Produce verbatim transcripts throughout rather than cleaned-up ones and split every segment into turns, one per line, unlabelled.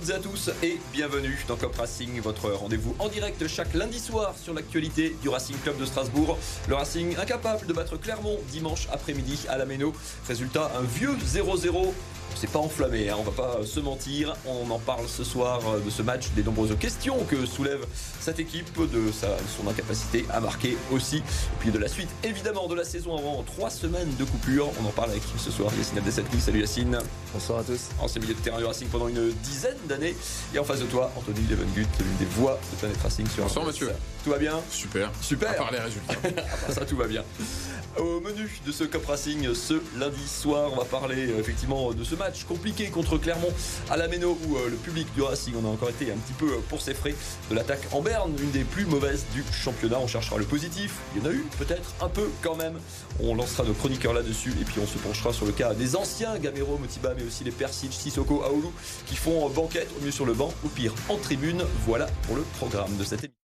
toutes et à tous et bienvenue dans Cop Racing, votre rendez-vous en direct chaque lundi soir sur l'actualité du Racing Club de Strasbourg. Le Racing incapable de battre Clermont dimanche après-midi à la Méno. Résultat, un vieux zéro zéro. C'est pas enflammé, hein, on va pas se mentir. On en parle ce soir de ce match, des nombreuses questions que soulève cette équipe, de, sa, de son incapacité à marquer aussi. Et puis de la suite, évidemment, de la saison avant trois semaines de coupure. On en parle avec ce soir Yacine Abdessetri. Salut Yacine.
Bonsoir à tous.
Ancien milieu de terrain du Racing pendant une dizaine d'années. Et en face de toi, Anthony Levengut, l'une des voix de Planète Racing sur
Bonsoir Mathieu.
Tout va bien?
Super.
Super.
À part les résultats.
À part ça, tout va bien. Au menu de ce Cop Racing ce lundi soir, on va parler euh, effectivement de ce match compliqué contre Clermont à la Méno où euh, le public du Racing on a encore été un petit peu euh, pour ses frais de l'attaque en berne, une des plus mauvaises du championnat. On cherchera le positif, il y en a eu peut-être un peu quand même. On lancera nos chroniqueurs là-dessus et puis on se penchera sur le cas des anciens Gamero, Motiba mais aussi les Persic, Sissoko, Aoulou qui font banquette, au mieux sur le banc, au pire en tribune. Voilà pour le programme de cette émission.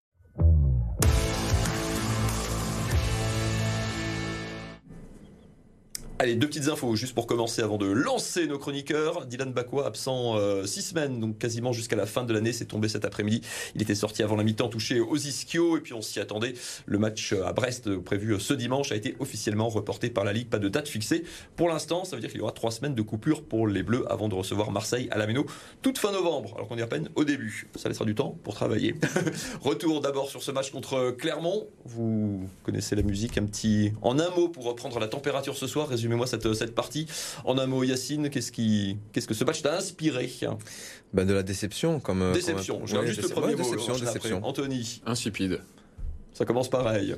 Allez, deux petites infos juste pour commencer avant de lancer nos chroniqueurs. Dylan Bakwa, absent euh, six semaines, donc quasiment jusqu'à la fin de l'année, c'est tombé cet après-midi. Il était sorti avant la mi-temps, touché aux ischios, et puis on s'y attendait. Le match à Brest, prévu ce dimanche, a été officiellement reporté par la Ligue. Pas de date fixée. Pour l'instant, ça veut dire qu'il y aura trois semaines de coupure pour les Bleus avant de recevoir Marseille à la Méno, toute fin novembre, alors qu'on est à peine au début. Ça laissera du temps pour travailler. Retour d'abord sur ce match contre Clermont. Vous connaissez la musique, un petit en un mot pour reprendre la température ce soir. Résumez-moi cette, cette partie. En un mot, Yacine, qu'est-ce, qui, qu'est-ce que ce match t'a inspiré?
Ben de la déception. Comme,
déception,
comme...
je ouais, juste le premier
ouais,
mot.
Déception, déception.
Anthony.
Insipide.
Ça commence pareil.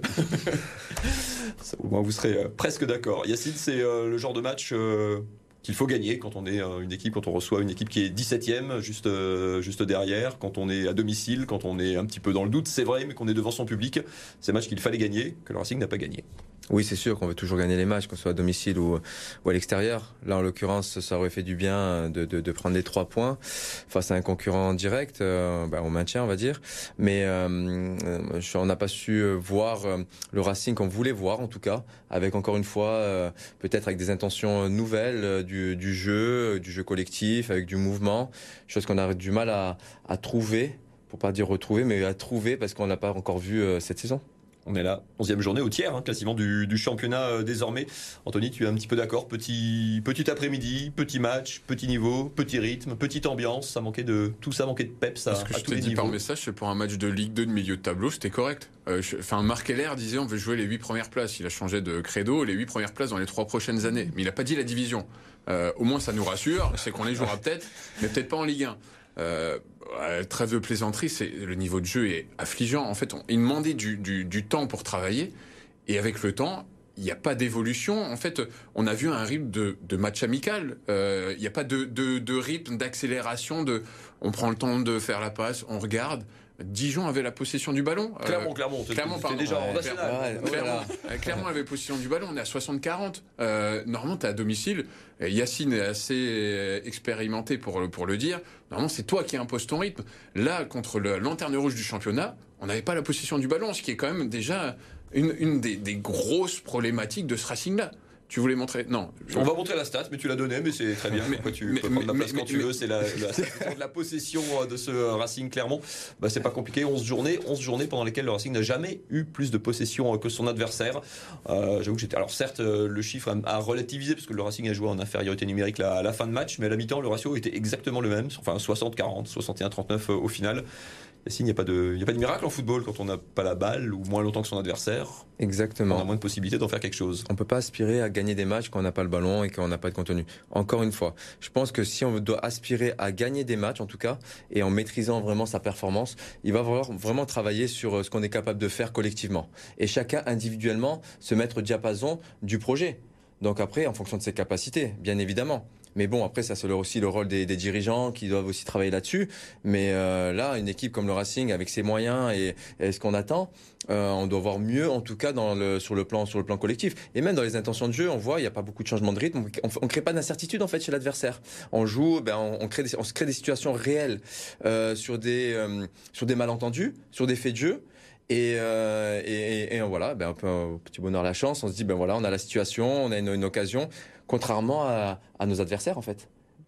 Ça, au moins, vous serez presque d'accord. Yacine, c'est euh, le genre de match euh, qu'il faut gagner quand on est euh, une équipe, quand on reçoit une équipe qui est dix-septième, juste, euh, juste derrière, quand on est à domicile, quand on est un petit peu dans le doute, c'est vrai, mais qu'on est devant son public. C'est un match qu'il fallait gagner, que le Racing n'a pas gagné.
Oui, c'est sûr qu'on veut toujours gagner les matchs, qu'on soit à domicile ou, ou à l'extérieur. Là, en l'occurrence, ça aurait fait du bien de, de, de prendre les trois points face à un concurrent direct, euh, ben, on maintient, on va dire. Mais euh, on n'a pas su voir le Racing qu'on voulait voir, en tout cas, avec encore une fois, euh, peut-être avec des intentions nouvelles du, du jeu, du jeu collectif, avec du mouvement, chose qu'on a du mal à, à trouver, pour pas dire retrouver, mais à trouver parce qu'on n'a pas encore vu euh, cette saison.
On est là, onzième journée au tiers, hein, quasiment du, du championnat euh, désormais. Anthony, tu es un petit peu d'accord, petit, petit après-midi, petit match, petit niveau, petit rythme, petite ambiance, ça manquait de, tout ça manquait de peps à,
Ce que
à
je
tous
t'ai
les
dit
niveaux.
par message, c'est pour un match de Ligue deux de milieu de tableau, c'était correct. Euh, je, enfin, Marc Heller disait on veut jouer les huit premières places. Il a changé de credo, les huit premières places dans les trois prochaines années. Mais il n'a pas dit la division. Euh, au moins ça nous rassure, c'est qu'on les jouera peut-être, mais peut-être pas en Ligue un. Euh, trêve de plaisanterie, c'est, le niveau de jeu est affligeant. En fait, on, il demandait du, du, du temps pour travailler, et avec le temps, il n'y a pas d'évolution. En fait, on a vu un rythme de, de match amical. Euh, il n'y a pas de, de, de rythme, d'accélération. De, on prend le temps de faire la passe, on regarde. Dijon avait la possession du ballon.
Clermont, euh, Clermont,
Clermont, pardon.
déjà en
ouais,
national.
Ouais, Clermont, voilà. Clermont avait possession du ballon, on est à soixante quarante. Euh, normalement, tu es à domicile. Yacine est assez expérimenté pour, pour le dire. Normalement, c'est toi qui imposes ton rythme. Là, contre le lanterne rouge du championnat, on n'avait pas la possession du ballon, ce qui est quand même déjà une, une des, des grosses problématiques de ce Racing-là. Tu voulais montrer? Non. Je...
On va montrer la stat, mais tu l'as donné, mais c'est très bien.
Mais,
Pourquoi tu
mais,
peux prendre la place
mais,
quand
mais,
tu
mais,
veux? C'est la, la, la possession de ce Racing Clermont. Bah, c'est pas compliqué. onze journées, onze journées pendant lesquelles le Racing n'a jamais eu plus de possession que son adversaire. Euh, j'avoue que j'étais. Alors certes, le chiffre a relativisé parce que le Racing a joué en infériorité numérique à la fin de match, mais à la mi-temps, le ratio était exactement le même. Enfin, soixante quarante, soixante et un trente-neuf au final. Yacine, il n'y a pas de, il n'y a pas de miracle en football quand on n'a pas la balle ou moins longtemps que son adversaire.
Exactement.
On a moins de possibilités d'en faire quelque chose.
On ne peut pas aspirer à gagner des matchs quand on n'a pas le ballon et quand on n'a pas de contenu. Encore une fois, je pense que si on doit aspirer à gagner des matchs, en tout cas, et en maîtrisant vraiment sa performance, il va falloir vraiment travailler sur ce qu'on est capable de faire collectivement. Et chacun individuellement se mettre au diapason du projet. Donc après, en fonction de ses capacités, bien évidemment. Mais bon, après, ça c'est aussi le rôle des, des dirigeants qui doivent aussi travailler là-dessus. Mais euh, là, une équipe comme le Racing, avec ses moyens et, et ce qu'on attend, euh, on doit voir mieux, en tout cas, dans le, sur, le plan, sur le plan collectif. Et même dans les intentions de jeu, on voit, il n'y a pas beaucoup de changements de rythme. On ne crée pas d'incertitude, en fait, chez l'adversaire. On joue, ben, on, on, crée des, on se crée des situations réelles euh, sur, des, euh, sur des malentendus, sur des faits de jeu. Et, euh, et, et, et voilà, ben un peu un petit bonheur la chance. On se dit, ben voilà, on a la situation, on a une, une occasion, contrairement à, à nos adversaires en fait.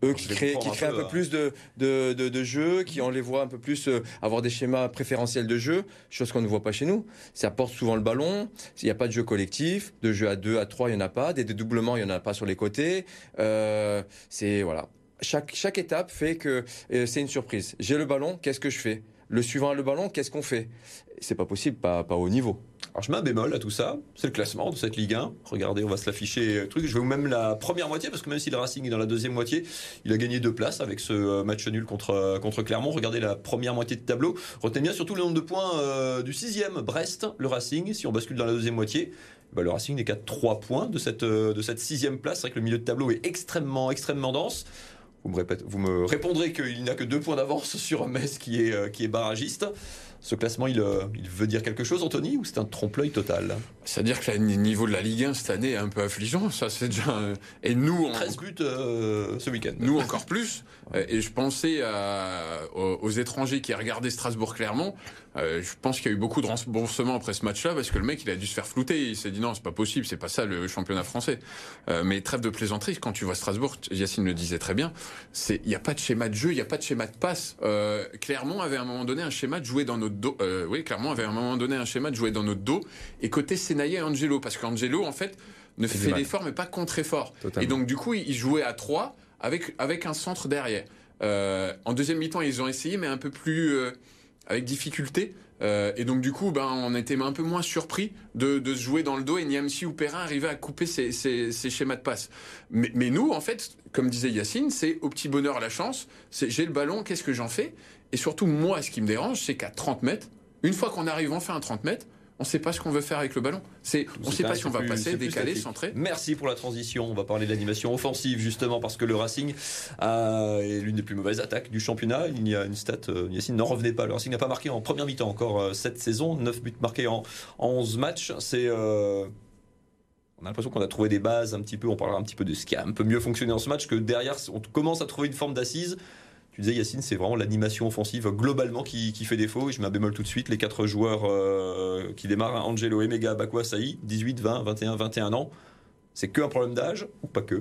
eux qui créent, qui créent un peu, un peu plus de, de, de, de jeux, qui on les voit un peu plus euh, avoir des schémas préférentiels de jeu, chose qu'on ne voit pas chez nous. Ça porte souvent le ballon, il n'y a pas de jeu collectif, de jeu à deux, à trois, il n'y en a pas, des dédoublements, il n'y en a pas sur les côtés. Euh, c'est, voilà. Chaque, chaque étape fait que euh, c'est une surprise. J'ai le ballon, qu'est-ce que je fais ? Le suivant a le ballon, qu'est-ce qu'on fait ? C'est pas possible, pas, pas au niveau.
Alors je mets un bémol à tout ça, c'est le classement de cette Ligue un. Regardez, on va se l'afficher. Truc. Je vais vous même la première moitié, parce que même si le Racing est dans la deuxième moitié, il a gagné deux places avec ce match nul contre, contre Clermont. Regardez la première moitié de tableau. Retenez bien surtout le nombre de points euh, du sixième, Brest, le Racing. Si on bascule dans la deuxième moitié, bah, le Racing n'est qu'à trois points de cette, de cette sixième place. C'est vrai que le milieu de tableau est extrêmement, extrêmement dense. Vous me, répète, vous me répondrez qu'il n'a que deux points d'avance sur Metz qui est, euh, qui est barragiste. Ce classement, il, euh, il veut dire quelque chose, Anthony, ou c'est un trompe-l'œil total ?
C'est-à-dire que le niveau de la Ligue un cette année est un peu affligeant. Ça, c'est déjà. Un... Et nous, on...
treize buts euh, ce week-end.
Nous encore plus. Et je pensais à, aux, aux étrangers qui regardaient Strasbourg-Clermont. Euh, je pense qu'il y a eu beaucoup de remboursements après ce match-là parce que le mec, il a dû se faire flouter. Il s'est dit non, c'est pas possible, c'est pas ça le championnat français. Euh, mais trêve de plaisanterie, quand tu vois Strasbourg, Yacine le disait très bien, c'est il y a pas de schéma de jeu, il y a pas de schéma de passe. Euh, Clermont avait à un moment donné un schéma de jouer dans notre dos. Euh, oui, Clermont avait à un moment donné un schéma de jouer dans notre dos et côté Senaïa et Angelo, parce qu'Angelo en fait ne c'est fait l'effort mais pas contre-effort. Totalement. Et donc du coup, il jouait à trois avec avec un centre derrière. Euh, en deuxième mi-temps, ils ont essayé, mais un peu plus euh, avec difficulté. Euh, et donc du coup, ben, on était un peu moins surpris de, de se jouer dans le dos et Niamsi ou Perrin arrivaient à couper ces, ces, ces schémas de passe. Mais, mais nous, en fait, comme disait Yacine, c'est au petit bonheur la chance. C'est j'ai le ballon, qu'est-ce que j'en fais ? Et surtout, moi, ce qui me dérange, c'est qu'à trente mètres, une fois qu'on arrive enfin à trente mètres, on ne sait pas ce qu'on veut faire avec le ballon. C'est, on ne sait pas si on va plus, passer, décaler, centrer.
Merci pour la transition. On va parler de l'animation offensive, justement, parce que le Racing a, est l'une des plus mauvaises attaques du championnat. Il y a une stat, euh, Yacine n'en revenait pas. Le Racing n'a pas marqué en première mi-temps encore euh, cette saison. neuf buts marqués en, en onze matchs. C'est... Euh, on a l'impression qu'on a trouvé des bases un petit peu. On parlera un petit peu de ce qui a un peu mieux fonctionné dans ce match, que derrière, on commence à trouver une forme d'assise. Tu disais, Yacine, c'est vraiment l'animation offensive globalement qui, qui fait défaut. Et je mets un bémol tout de suite. Les quatre joueurs euh, qui démarrent, Angelo, Emega, Bakwa, Saï, dix-huit, vingt, vingt et un, vingt et un ans. C'est que un problème d'âge ou pas que ?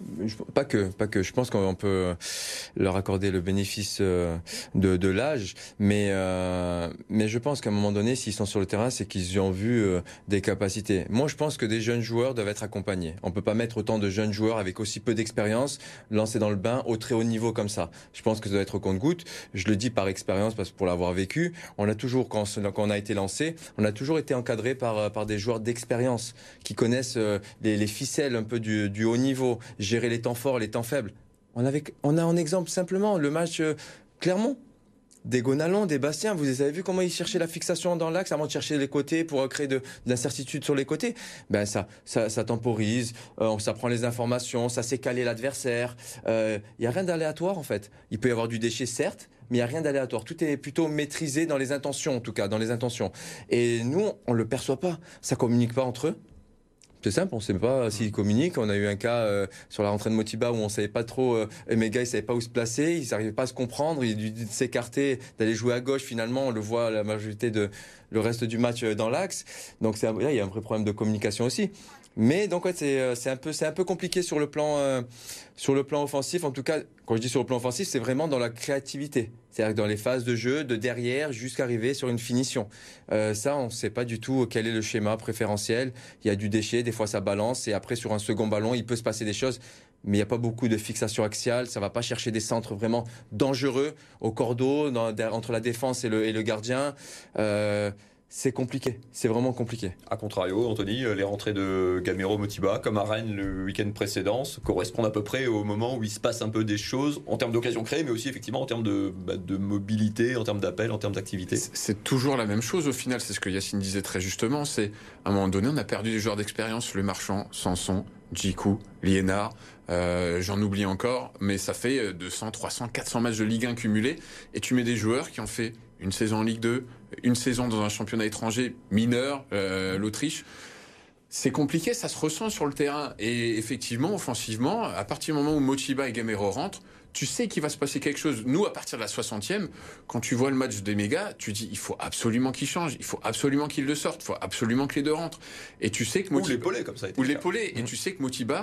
Pas que, pas que. Je pense qu'on peut leur accorder le bénéfice de, de l'âge, mais euh, mais je pense qu'à un moment donné, s'ils sont sur le terrain, c'est qu'ils ont vu euh, des capacités. Moi, je pense que des jeunes joueurs doivent être accompagnés. On peut pas mettre autant de jeunes joueurs avec aussi peu d'expérience lancés dans le bain au très haut niveau comme ça. Je pense que ça doit être au compte-gouttes. Je le dis par expérience parce que pour l'avoir vécu, on a toujours quand, quand on a été lancé, on a toujours été encadré par par des joueurs d'expérience qui connaissent euh, les, les ficelles un peu du, du haut niveau. Gérer les temps forts, les temps faibles. On, avait, on a en exemple simplement le match euh, Clermont. Des Gonalons, des Bastien, vous avez vu comment ils cherchaient la fixation dans l'axe avant de chercher les côtés pour créer de, de l'incertitude sur les côtés. Ben ça, ça, ça temporise, euh, ça prend les informations, ça sait caler l'adversaire. Il euh, n'y a rien d'aléatoire en fait. Il peut y avoir du déchet certes, mais il n'y a rien d'aléatoire. Tout est plutôt maîtrisé dans les intentions en tout cas, dans les intentions. Et nous, on le perçoit pas. Ça communique pas entre eux. C'est simple, on ne sait pas s'ils communiquent. On a eu un cas euh, sur la rentrée de Motiba où on ne savait pas trop, euh, Emega, il ne savait pas où se placer, il n'arrivait pas à se comprendre, il dû s'écarter, d'aller jouer à gauche finalement, on le voit la majorité de le reste du match dans l'axe. Donc c'est un, là, il y a un vrai problème de communication aussi. Mais donc ouais, c'est c'est un peu c'est un peu compliqué sur le plan euh, sur le plan offensif. En tout cas, quand je dis sur le plan offensif, c'est vraiment dans la créativité. C'est-à-dire que dans les phases de jeu, de derrière jusqu'à arriver sur une finition. Euh, ça, on ne sait pas du tout quel est le schéma préférentiel. Il y a du déchet, des fois ça balance, et après sur un second ballon, il peut se passer des choses. Mais il n'y a pas beaucoup de fixation axiale. Ça ne va pas chercher des centres vraiment dangereux au cordeau, dans, entre la défense et le, et le gardien. Euh, C'est compliqué, c'est vraiment compliqué.
A contrario, Anthony, les rentrées de Gamero, Motiba, comme à Rennes le week-end précédent, correspondent à peu près au moment où il se passe un peu des choses en termes d'occasion créée, mais aussi effectivement en termes de, bah, de mobilité, en termes d'appel, en termes d'activité.
C'est toujours la même chose au final, c'est ce que Yacine disait très justement, c'est à un moment donné on a perdu des joueurs d'expérience, Le Marchand, Sanson, Djikou, Liénard, euh, j'en oublie encore, mais ça fait deux cents, trois cents, quatre cents matchs de Ligue un cumulés, et tu mets des joueurs qui ont fait une saison en Ligue deux, une saison dans un championnat étranger mineur, euh, l'Autriche. C'est compliqué, ça se ressent sur le terrain. Et effectivement, offensivement, à partir du moment où Motiba et Gamero rentrent, tu sais qu'il va se passer quelque chose. Nous, à partir de la soixantième, quand tu vois le match des mégas, tu dis il faut absolument qu'il change, il faut absolument qu'il le sorte, il faut absolument que les deux rentrent. Et tu sais que Motiba...
Ou l'épaulé, comme ça a été
Ou l'épaulé. Et mmh. tu sais que Motiba,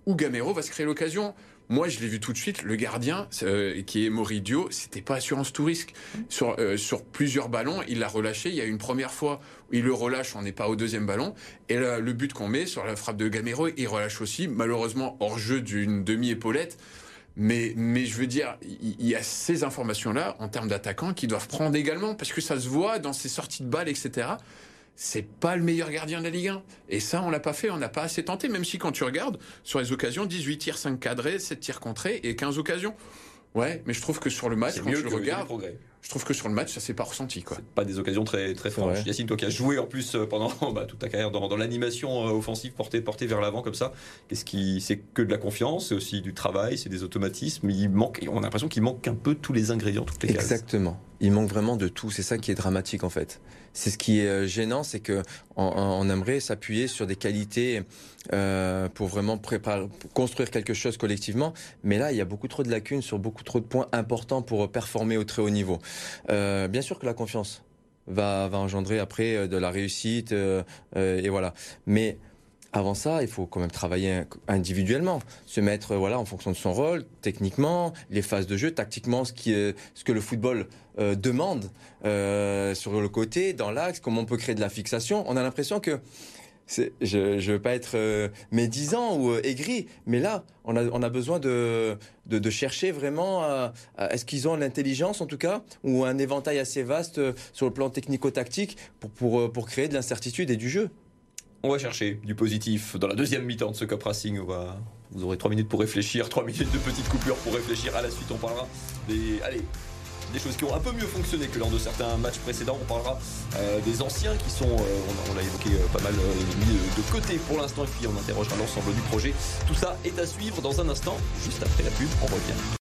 où Gamero va se créer l'occasion. Moi, je l'ai vu tout de suite, le gardien, euh, qui est Moridio, c'était pas assurance tout risque. Sur, euh, sur plusieurs ballons, il l'a relâché. Il y a une première fois où il le relâche, on n'est pas au deuxième ballon. Et là, le but qu'on met sur la frappe de Gamero, il relâche aussi, malheureusement hors jeu d'une demi-épaulette. Mais, mais je veux dire, il y a ces informations-là, en termes d'attaquants, qui doivent prendre également, parce que ça se voit dans ses sorties de balles, et cetera. C'est pas le meilleur gardien de la Ligue un. Et ça, on l'a pas fait, on n'a pas assez tenté, même si quand tu regardes, sur les occasions, dix-huit tirs, cinq cadrés, sept tirs contrés et quinze occasions. Ouais, mais je trouve que sur le match, quand tu le regardes, je trouve que sur le match, ça s'est pas ressenti, quoi.
C'est pas des occasions très, très franches. Ouais. Yacine, toi qui as joué en plus pendant bah, toute ta carrière dans, dans l'animation offensive, portée, portée vers l'avant comme ça, qu'est-ce qui, c'est que de la confiance, c'est aussi du travail, c'est des automatismes. Il manque, on a l'impression qu'il manque un peu tous les ingrédients, toutes les cases.
Exactement. Il manque vraiment de tout. C'est ça qui est dramatique en fait. C'est ce qui est gênant, c'est que on, on aimerait s'appuyer sur des qualités euh, pour vraiment préparer, pour construire quelque chose collectivement. Mais là, il y a beaucoup trop de lacunes sur beaucoup trop de points importants pour performer au très haut niveau. Euh, bien sûr que la confiance va, va engendrer après de la réussite euh, euh, et voilà. Mais avant ça, il faut quand même travailler individuellement, se mettre voilà en fonction de son rôle, techniquement, les phases de jeu, tactiquement, ce qui est, ce que le football euh, demande euh, sur le côté, dans l'axe, comment on peut créer de la fixation. On a l'impression que c'est, je je veux pas être euh, médisant ou euh, aigri, mais là on a on a besoin de de, de chercher vraiment à, à, est-ce qu'ils ont l'intelligence en tout cas ou un éventail assez vaste euh, sur le plan technico-tactique pour pour pour créer de l'incertitude et du jeu.
On va chercher du positif dans la deuxième mi-temps de ce Cup Racing. On va... Vous aurez trois minutes pour réfléchir, trois minutes de petite coupure pour réfléchir. À la suite, on parlera des, allez, des choses qui ont un peu mieux fonctionné que lors de certains matchs précédents. On parlera euh, des anciens qui sont, euh, on, on l'a évoqué euh, pas mal, euh, mis de côté pour l'instant. Et puis on interrogera l'ensemble du projet. Tout ça est à suivre dans un instant. Juste après la pub, on revient.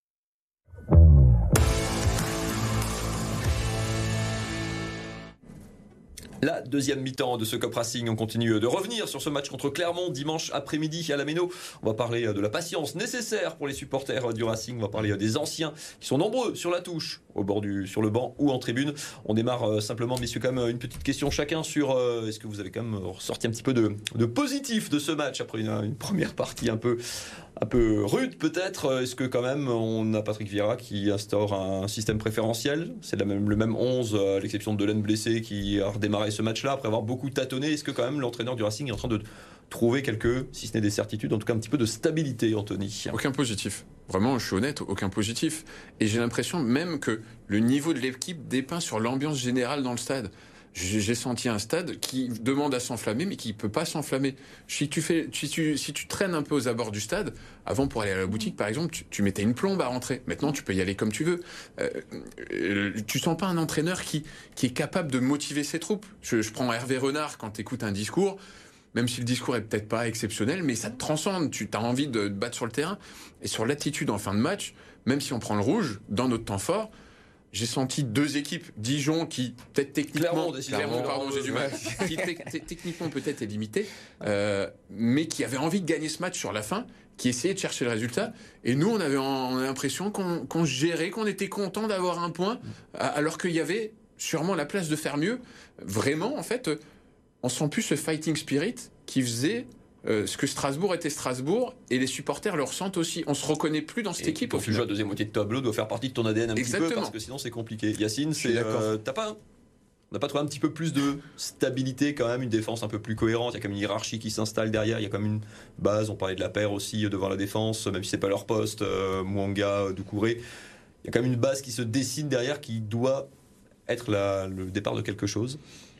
La deuxième mi-temps de ce Cup Racing, on continue de revenir sur ce match contre Clermont dimanche après-midi à la Méno. On va parler de la patience nécessaire pour les supporters du Racing. On va parler des anciens qui sont nombreux sur la touche, au bord du, sur le banc ou en tribune. On démarre simplement, messieurs, quand même une petite question chacun sur euh, est-ce que vous avez quand même ressorti un petit peu de, de positif de ce match après une, une première partie un peu un peu rude peut-être. Est-ce que quand même on a Patrick Vieira qui instaure un système préférentiel? C'est la même, le même onze à l'exception de Delaine blessé qui a redémarré ce match-là après avoir beaucoup tâtonné. Est-ce que quand même l'entraîneur du Racing est en train de trouver quelques, si ce n'est des certitudes, en tout cas un petit peu de stabilité, Anthony?
Aucun positif. Vraiment, je suis honnête, aucun positif. Et j'ai l'impression même que le niveau de l'équipe dépeint sur l'ambiance générale dans le stade. J'ai senti un stade qui demande à s'enflammer, mais qui peut pas s'enflammer. Si tu fais, si tu, si tu traînes un peu aux abords du stade, avant pour aller à la boutique, par exemple, tu, tu mettais une plombe à rentrer. Maintenant, tu peux y aller comme tu veux. Euh, euh, tu sens pas un entraîneur qui, qui est capable de motiver ses troupes. Je, je prends Hervé Renard quand tu écoutes un discours. Même si le discours est peut-être pas exceptionnel, mais ça te transcende. Tu as envie de te battre sur le terrain. Et sur l'attitude en fin de match, même si on prend le rouge, dans notre temps fort, j'ai senti deux équipes, Dijon qui peut-être techniquement,
Clermont,
Clermont, pardon, j'ai du mal, qui te- techniquement peut-être est limité, euh, mais qui avait envie de gagner ce match sur la fin, qui essayait de chercher le résultat. Et nous, on avait on a l'impression qu'on, qu'on gérait, qu'on était content d'avoir un point, alors qu'il y avait sûrement la place de faire mieux. Vraiment, en fait, on sent plus ce fighting spirit qui faisait Euh, ce que Strasbourg était Strasbourg, et les supporters le ressentent aussi. On se reconnaît plus dans cette
et
équipe.
Quand tu joues à deuxième moitié de tableau, doit faire partie de ton A D N un
Exactement.
petit peu, parce que sinon c'est compliqué. Yacine, c'est, euh, t'as pas, on n'a pas trouvé un petit peu plus de stabilité quand même, une défense un peu plus cohérente. Il y a quand même une hiérarchie qui s'installe derrière. Il y a quand même une base. On parlait de la paire aussi devant la défense, même si c'est pas leur poste. Euh, Mwanga, Doucouré. Il y a quand même une base qui se dessine derrière, qui doit être la, le départ de quelque chose.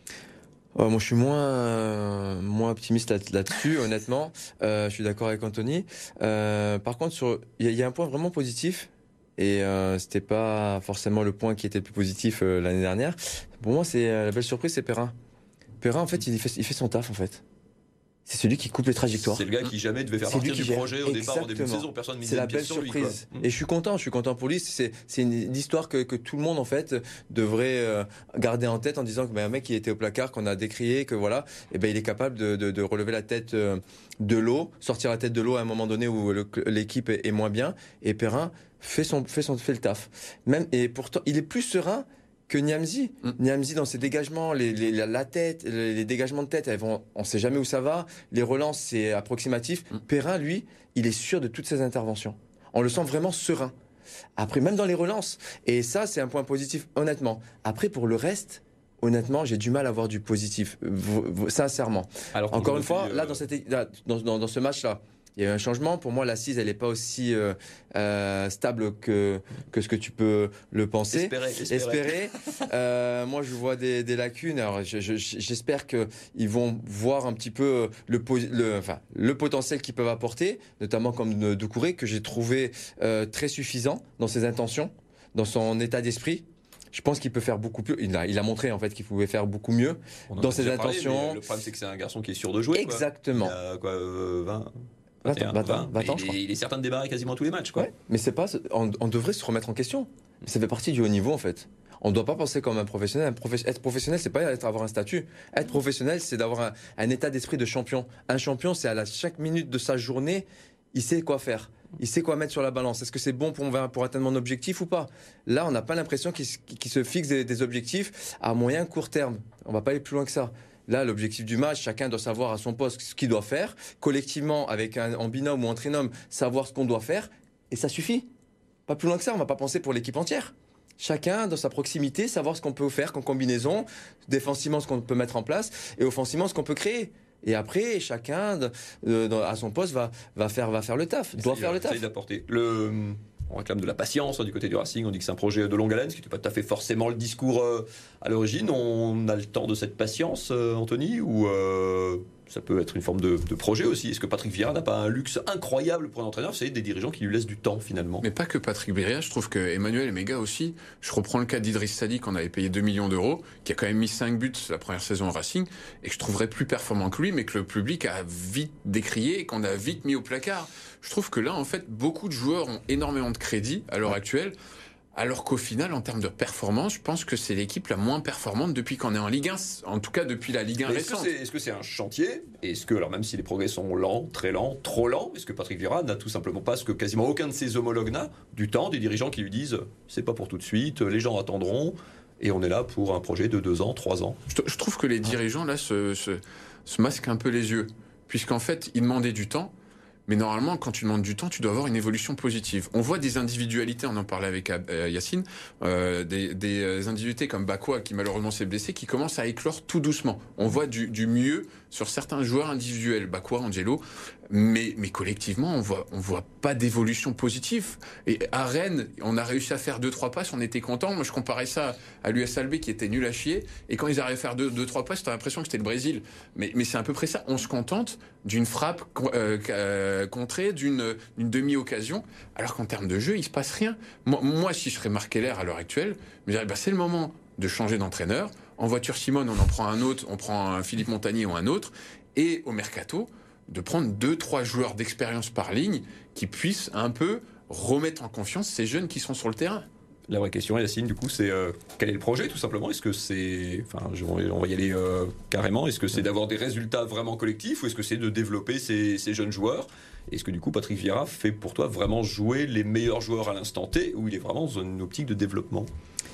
Oh, moi, je suis moins, euh, moins optimiste là- là-dessus, honnêtement. Euh, je suis d'accord avec Anthony. Euh, par contre, sur, il y, a- il y a un point vraiment positif, et euh, c'était pas forcément le point qui était le plus positif euh, l'année dernière. Pour moi, c'est euh, la belle surprise, c'est Perrin. Perrin, en fait, il fait, il fait son taf, en fait. C'est celui qui coupe les trajectoires.
C'est le gars qui jamais devait faire
C'est lui
partie
qui
du
gère.
projet au départ, au début de
Exactement.
saison. Personne ne
C'est
misait
la
une pièce
belle
sur lui,
surprise.
quoi.
Et je suis content, je suis content pour lui. C'est, c'est une histoire que, que tout le monde, en fait, devrait euh, garder en tête en disant que ben, un mec qui était au placard, qu'on a décrié, que voilà, et ben, il est capable de, de, de relever la tête euh, de l'eau, sortir la tête de l'eau à un moment donné où le- l'équipe est, est moins bien. Et Perrin fait, son, fait, son, fait le taf. Même, et pourtant, il est plus serein que Niamzi.
Mm.
Niamzi dans ses dégagements, les, les, la tête, les, les dégagements de tête, elles vont, on ne sait jamais où ça va. Les relances, c'est approximatif.
Mm.
Perrin, lui, il est sûr de toutes ses interventions. On le sent vraiment serein. Après, même dans les relances. Et ça, c'est un point positif, honnêtement. Après, pour le reste, honnêtement, j'ai du mal à voir du positif, v- v- sincèrement.
Alors,
Encore une fois,
euh...
là, dans, cette, là, dans, dans, dans ce match-là, il y a eu un changement. Pour moi, l'assise, elle n'est pas aussi euh, euh, stable que, que ce que tu peux le penser.
Espérer. espérer.
Espérer. euh, moi, je vois des, des lacunes. Alors, je, je, j'espère qu'ils vont voir un petit peu le, le, enfin, le potentiel qu'ils peuvent apporter, notamment comme Doucouré, que j'ai trouvé euh, très suffisant dans ses intentions, dans son état d'esprit. Je pense qu'il peut faire beaucoup plus. Il a, il a montré en fait qu'il pouvait faire beaucoup mieux dans ses intentions.
Parlé, le problème, c'est que c'est un garçon qui est sûr de jouer.
Exactement.
Quoi. Il a quoi, euh, vingt
vingt ans, vingt ans, vingt ans,
il, est, il est certain de démarrer quasiment tous les matchs. Quoi.
Ouais, mais c'est pas. On, on devrait se remettre en question. Ça fait partie du haut niveau en fait. On ne doit pas penser comme un professionnel. Un profe... Être professionnel, c'est pas être, avoir un statut. Être professionnel, c'est d'avoir un, un état d'esprit de champion. Un champion, c'est à la, chaque minute de sa journée, il sait quoi faire. Il sait quoi mettre sur la balance. Est-ce que c'est bon pour, pour atteindre mon objectif ou pas? Là, on n'a pas l'impression qu'il, qu'il se fixe des, des objectifs à moyen, court terme. On va pas aller plus loin que ça. Là, l'objectif du match, chacun doit savoir à son poste ce qu'il doit faire. Collectivement, avec un, en binôme ou en trinôme, savoir ce qu'on doit faire. Et ça suffit. Pas plus loin que ça. On ne va pas penser pour l'équipe entière. Chacun, dans sa proximité, savoir ce qu'on peut faire qu'en combinaison, défensivement, ce qu'on peut mettre en place, et offensivement, ce qu'on peut créer. Et après, chacun, euh, à son poste, va, va, faire, va faire le taf, doit faire le taf.
D'apporter. Le... On réclame de la patience hein, du côté du Racing. On dit que c'est un projet de longue haleine, ce qui n'était pas tout à fait forcément le discours euh, à l'origine. On a le temps de cette patience, euh, Anthony, ou euh, ça peut être une forme de, de projet aussi. Est-ce que Patrick Vieira n'a pas un luxe incroyable pour un entraîneur? C'est des dirigeants qui lui laissent du temps finalement.
Mais pas que Patrick Vieira, je trouve que Emmanuel Emega aussi. Je reprends le cas d'Idriss Sadi qu'on avait payé deux millions d'euros, qui a quand même mis cinq buts la première saison au Racing, et que je trouverais plus performant que lui, mais que le public a vite décrié et qu'on a vite mis au placard. Je trouve que là, en fait, beaucoup de joueurs ont énormément de crédit à l'heure actuelle, alors qu'au final, en termes de performance, je pense que c'est l'équipe la moins performante depuis qu'on est en Ligue un, en tout cas depuis la Ligue un
Mais
récente.
Est-ce que c'est, est-ce que c'est un chantier? Est-ce que, alors même si les progrès sont lents, très lents, trop lents, est-ce que Patrick Vieira n'a tout simplement pas, ce que quasiment aucun de ses homologues n'a, du temps, des dirigeants qui lui disent c'est pas pour tout de suite, les gens attendront, et on est là pour un projet de deux ans, trois ans?
Je, je trouve que les dirigeants, là, se, se, se masquent un peu les yeux, puisqu'en fait, ils demandaient du temps. Mais normalement, quand tu demandes du temps, tu dois avoir une évolution positive. On voit des individualités, on en parlait avec euh, Yacine, euh, des, des individualités comme Bakwa, qui malheureusement s'est blessé, qui commencent à éclore tout doucement. On voit du, du mieux sur certains joueurs individuels, Bakwa, Angelo, mais, mais collectivement, on voit, on voit pas d'évolution positive. Et à Rennes, on a réussi à faire deux, trois passes, on était content. Moi, je comparais ça à l'U S L B qui était nul à chier. Et quand ils arrivaient à faire deux, deux trois passes, t'as l'impression que c'était le Brésil. Mais, mais c'est à peu près ça. On se contente d'une frappe euh, euh, contrée, d'une, d'une demi-occasion, alors qu'en termes de jeu, il se passe rien. Moi, moi si je serais Marc Keller à l'heure actuelle, je me dirais, bah, c'est le moment de changer d'entraîneur. En voiture Simone, on en prend un autre, on prend un Philippe Montagnier ou un autre. Et au mercato, de prendre deux, trois joueurs d'expérience par ligne qui puissent un peu remettre en confiance ces jeunes qui sont sur le terrain.
La vraie question, Yacine, du coup, c'est euh, quel est le projet, tout simplement? Est-ce que c'est, enfin, je, on va y aller euh, carrément. Est-ce que c'est d'avoir des résultats vraiment collectifs ou est-ce que c'est de développer ces, ces jeunes joueurs? Est-ce que du coup, Patrick Vieira fait pour toi vraiment jouer les meilleurs joueurs à l'instant T ou il est vraiment dans une optique de développement?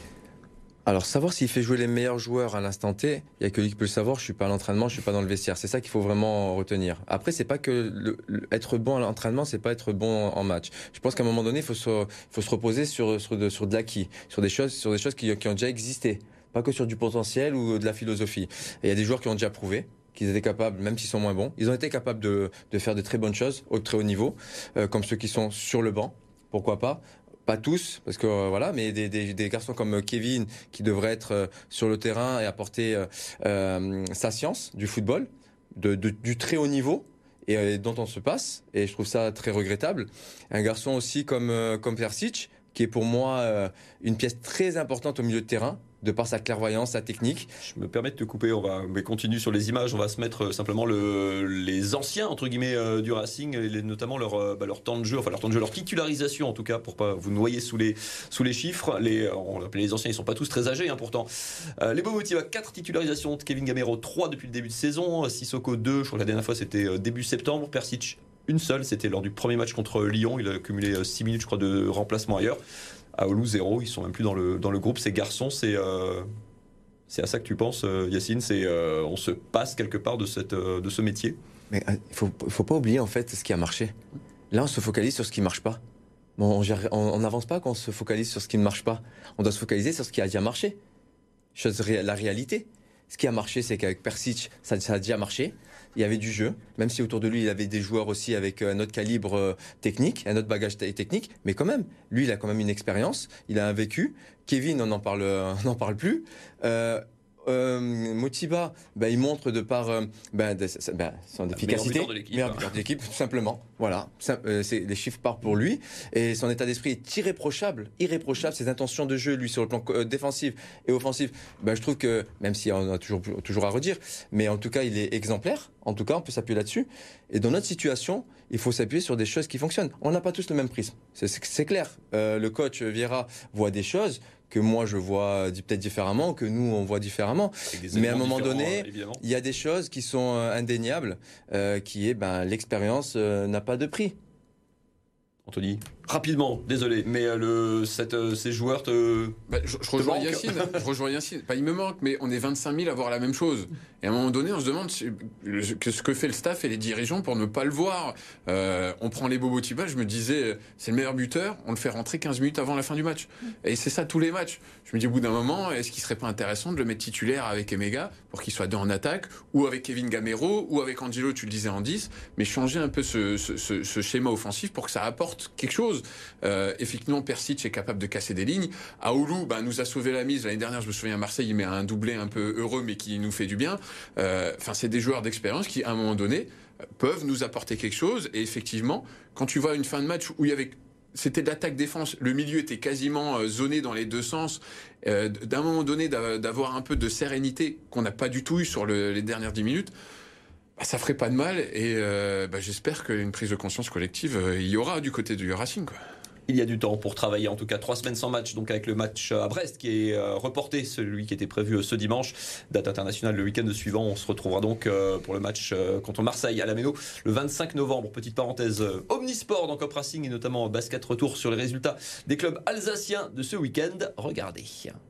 Alors, savoir s'il fait jouer les meilleurs joueurs à l'instant T, il n'y a que lui qui peut le savoir. Je ne suis pas à l'entraînement, je ne suis pas dans le vestiaire. C'est ça qu'il faut vraiment retenir. Après, c'est pas que le, le, être bon à l'entraînement, c'est pas être bon en, en match. Je pense qu'à un moment donné, il faut se, faut se reposer sur, sur, de, sur de l'acquis, sur des choses, sur des choses qui, qui ont déjà existé. Pas que sur du potentiel ou de la philosophie. Et il y a des joueurs qui ont déjà prouvé qu'ils étaient capables, même s'ils sont moins bons, ils ont été capables de, de faire de très bonnes choses au très haut niveau, euh, comme ceux qui sont sur le banc. Pourquoi pas? Pas tous, parce que euh, voilà, mais des, des, des garçons comme Kevin qui devraient être euh, sur le terrain et apporter euh, euh, sa science du football, de, de, du très haut niveau et euh, dont on se passe. Et je trouve ça très regrettable. Un garçon aussi comme euh, comme Persic, qui est pour moi euh, une pièce très importante au milieu de terrain, de par sa clairvoyance, sa technique.
Je me permets de te couper, on va mais continue sur les images, on va se mettre simplement le, les anciens entre guillemets euh, du Racing, et notamment leur, euh, bah, leur temps de jeu, enfin leur temps de jeu, leur titularisation en tout cas, pour pas vous noyer sous les, sous les chiffres. Les, on l'appelait les anciens, ils sont pas tous très âgés hein, pourtant. Euh, les Bobotiva, quatre titularisations, Kevin Gamero trois depuis le début de saison, Sissoko deux, je crois que la dernière fois c'était début septembre, Persic une seule, c'était lors du premier match contre Lyon, il a cumulé six minutes je crois de remplacement ailleurs. À Oulu, zéro. Ils sont même plus dans le, dans le groupe. Ces garçons, c'est, euh, c'est à ça que tu penses, euh, Yacine. C'est, euh, on se passe quelque part de, cette, euh, de ce métier.
Mais il ne faut, faut pas oublier en fait ce qui a marché. Là, on se focalise sur ce qui ne marche pas. Bon, on n'avance pas quand on se focalise sur ce qui ne marche pas. On doit se focaliser sur ce qui a déjà marché. Chose, la réalité. Ce qui a marché, c'est qu'avec Persic, ça, ça a déjà marché. Il y avait du jeu, même si autour de lui, il avait des joueurs aussi avec un autre calibre euh, technique, un autre bagage technique. Mais quand même, lui, il a quand même une expérience, il a un vécu. Kevin, on n'en parle, on n'en parle plus. Euh, Euh, Motiba, ben, il montre de par euh, ben, de, ben, son efficacité,
meilleur buteur de l'équipe,
meilleur buteur de l'équipe, tout simplement. Voilà, ça, euh, c'est, les chiffres parlent pour lui et son état d'esprit est irréprochable, irréprochable. Ses intentions de jeu, lui, sur le plan euh, défensif et offensif, ben, je trouve que même si on a toujours toujours à redire, mais en tout cas, il est exemplaire. En tout cas, on peut s'appuyer là-dessus. Et dans notre situation, il faut s'appuyer sur des choses qui fonctionnent. On n'a pas tous le même prisme, c'est, c'est, c'est clair. Euh, le coach Vieira voit des choses que moi je vois peut-être différemment, que nous on voit différemment. Mais à un moment donné, il y a des choses qui sont indéniables, euh, qui est ben, l'expérience euh, n'a pas de prix.
Anthony, rapidement, désolé, mais euh, le, cette, euh, ces joueurs te.
Bah, je, je, rejoins Yacine, je rejoins Yacine. Bah, il me manque, mais on est vingt-cinq mille à voir la même chose. Et à un moment donné, on se demande ce que fait le staff et les dirigeants pour ne pas le voir. Euh, on prend les Bobotiba, je me disais, c'est le meilleur buteur, on le fait rentrer quinze minutes avant la fin du match. Et c'est ça tous les matchs. Je me dis, au bout d'un moment, est-ce qu'il serait pas intéressant de le mettre titulaire avec Emega pour qu'il soit deux en attaque, ou avec Kevin Gamero, ou avec Angelo, tu le disais, en dix, mais changer un peu ce, ce, ce, ce schéma offensif pour que ça apporte quelque chose. Euh, effectivement, Persic est capable de casser des lignes. Aoulou bah, nous a sauvé la mise. L'année dernière, je me souviens, à Marseille, il met un doublé un peu heureux, mais qui nous fait du bien. Enfin, euh, c'est des joueurs d'expérience qui, à un moment donné, peuvent nous apporter quelque chose. Et effectivement, quand tu vois une fin de match où il y avait... C'était de l'attaque-défense. Le milieu était quasiment euh, zoné dans les deux sens. Euh, d'un moment donné, d'avoir un peu de sérénité qu'on n'a pas du tout eu sur le, les dernières dix minutes, bah, ça ferait pas de mal. Et euh, bah, j'espère qu'une prise de conscience collective, euh, il y aura du côté du Racing, quoi.
Il y a du temps pour travailler, en tout cas trois semaines sans match, donc avec le match à Brest qui est euh, reporté, celui qui était prévu euh, ce dimanche, date internationale le week-end suivant. On se retrouvera donc euh, pour le match euh, contre Marseille à la Méno le vingt-cinq novembre. Petite parenthèse euh, omnisport dans Cop Racing et notamment basket retour sur les résultats des clubs alsaciens de ce week-end. Regardez.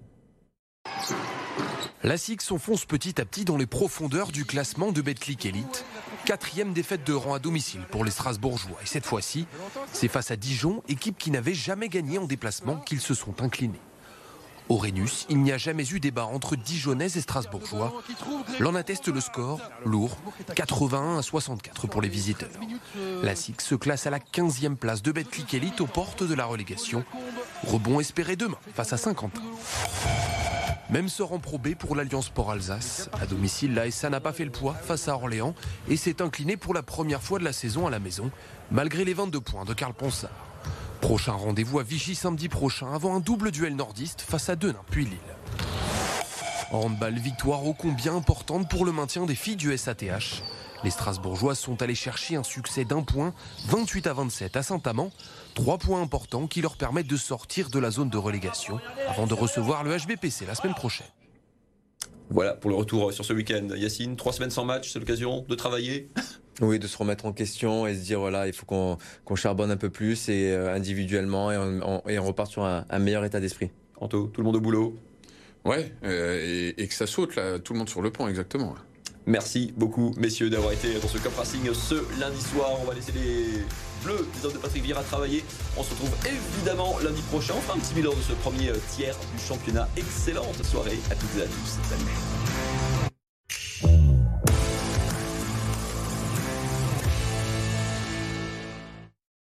La S I G s'enfonce petit à petit dans les profondeurs du classement de Betclic Elite. Quatrième défaite de rang à domicile pour les Strasbourgeois. Et cette fois-ci, c'est face à Dijon, équipe qui n'avait jamais gagné en déplacement, qu'ils se sont inclinés. Au Rhenus, il n'y a jamais eu débat entre Dijonnais et Strasbourgeois. L'en atteste le score, lourd, quatre-vingt-un à soixante-quatre pour les visiteurs. La S I G se classe à la quinzième place de Betclic Elite aux portes de la relégation. Rebond espéré demain face à Saint-Quentin. Même sort en Pro B pour l'Alliance Sport Alsace. À domicile, l'A S A n'a pas fait le poids face à Orléans et s'est incliné pour la première fois de la saison à la maison, malgré les vingt-deux points de Karl Ponsard. Prochain rendez-vous à Vichy samedi prochain avant un double duel nordiste face à Denain puis Lille. En handball, victoire ô combien importante pour le maintien des filles du S A T H. Les Strasbourgeois sont allés chercher un succès d'un point, vingt-huit à vingt-sept à Saint-Amand. Trois points importants qui leur permettent de sortir de la zone de relégation avant de recevoir le H B P C la semaine prochaine.
Voilà pour le retour sur ce week-end. Yacine, trois semaines sans match, c'est l'occasion de travailler.
Oui, de se remettre en question et se dire voilà, il faut qu'on qu'on charbonne un peu plus et euh, individuellement et on, on, et on repart sur un, un meilleur état d'esprit.
Anto, tout le monde au boulot.
Ouais, euh, et, et que ça saute là, tout le monde sur le pont, exactement.
Merci beaucoup, messieurs, d'avoir été dans ce Cop Racing ce lundi soir. On va laisser les Bleus des hommes de Patrick Vieira travailler. On se retrouve évidemment lundi prochain. On fera un petit bilan de ce premier tiers du championnat. Excellente soirée à toutes et à tous. Salut.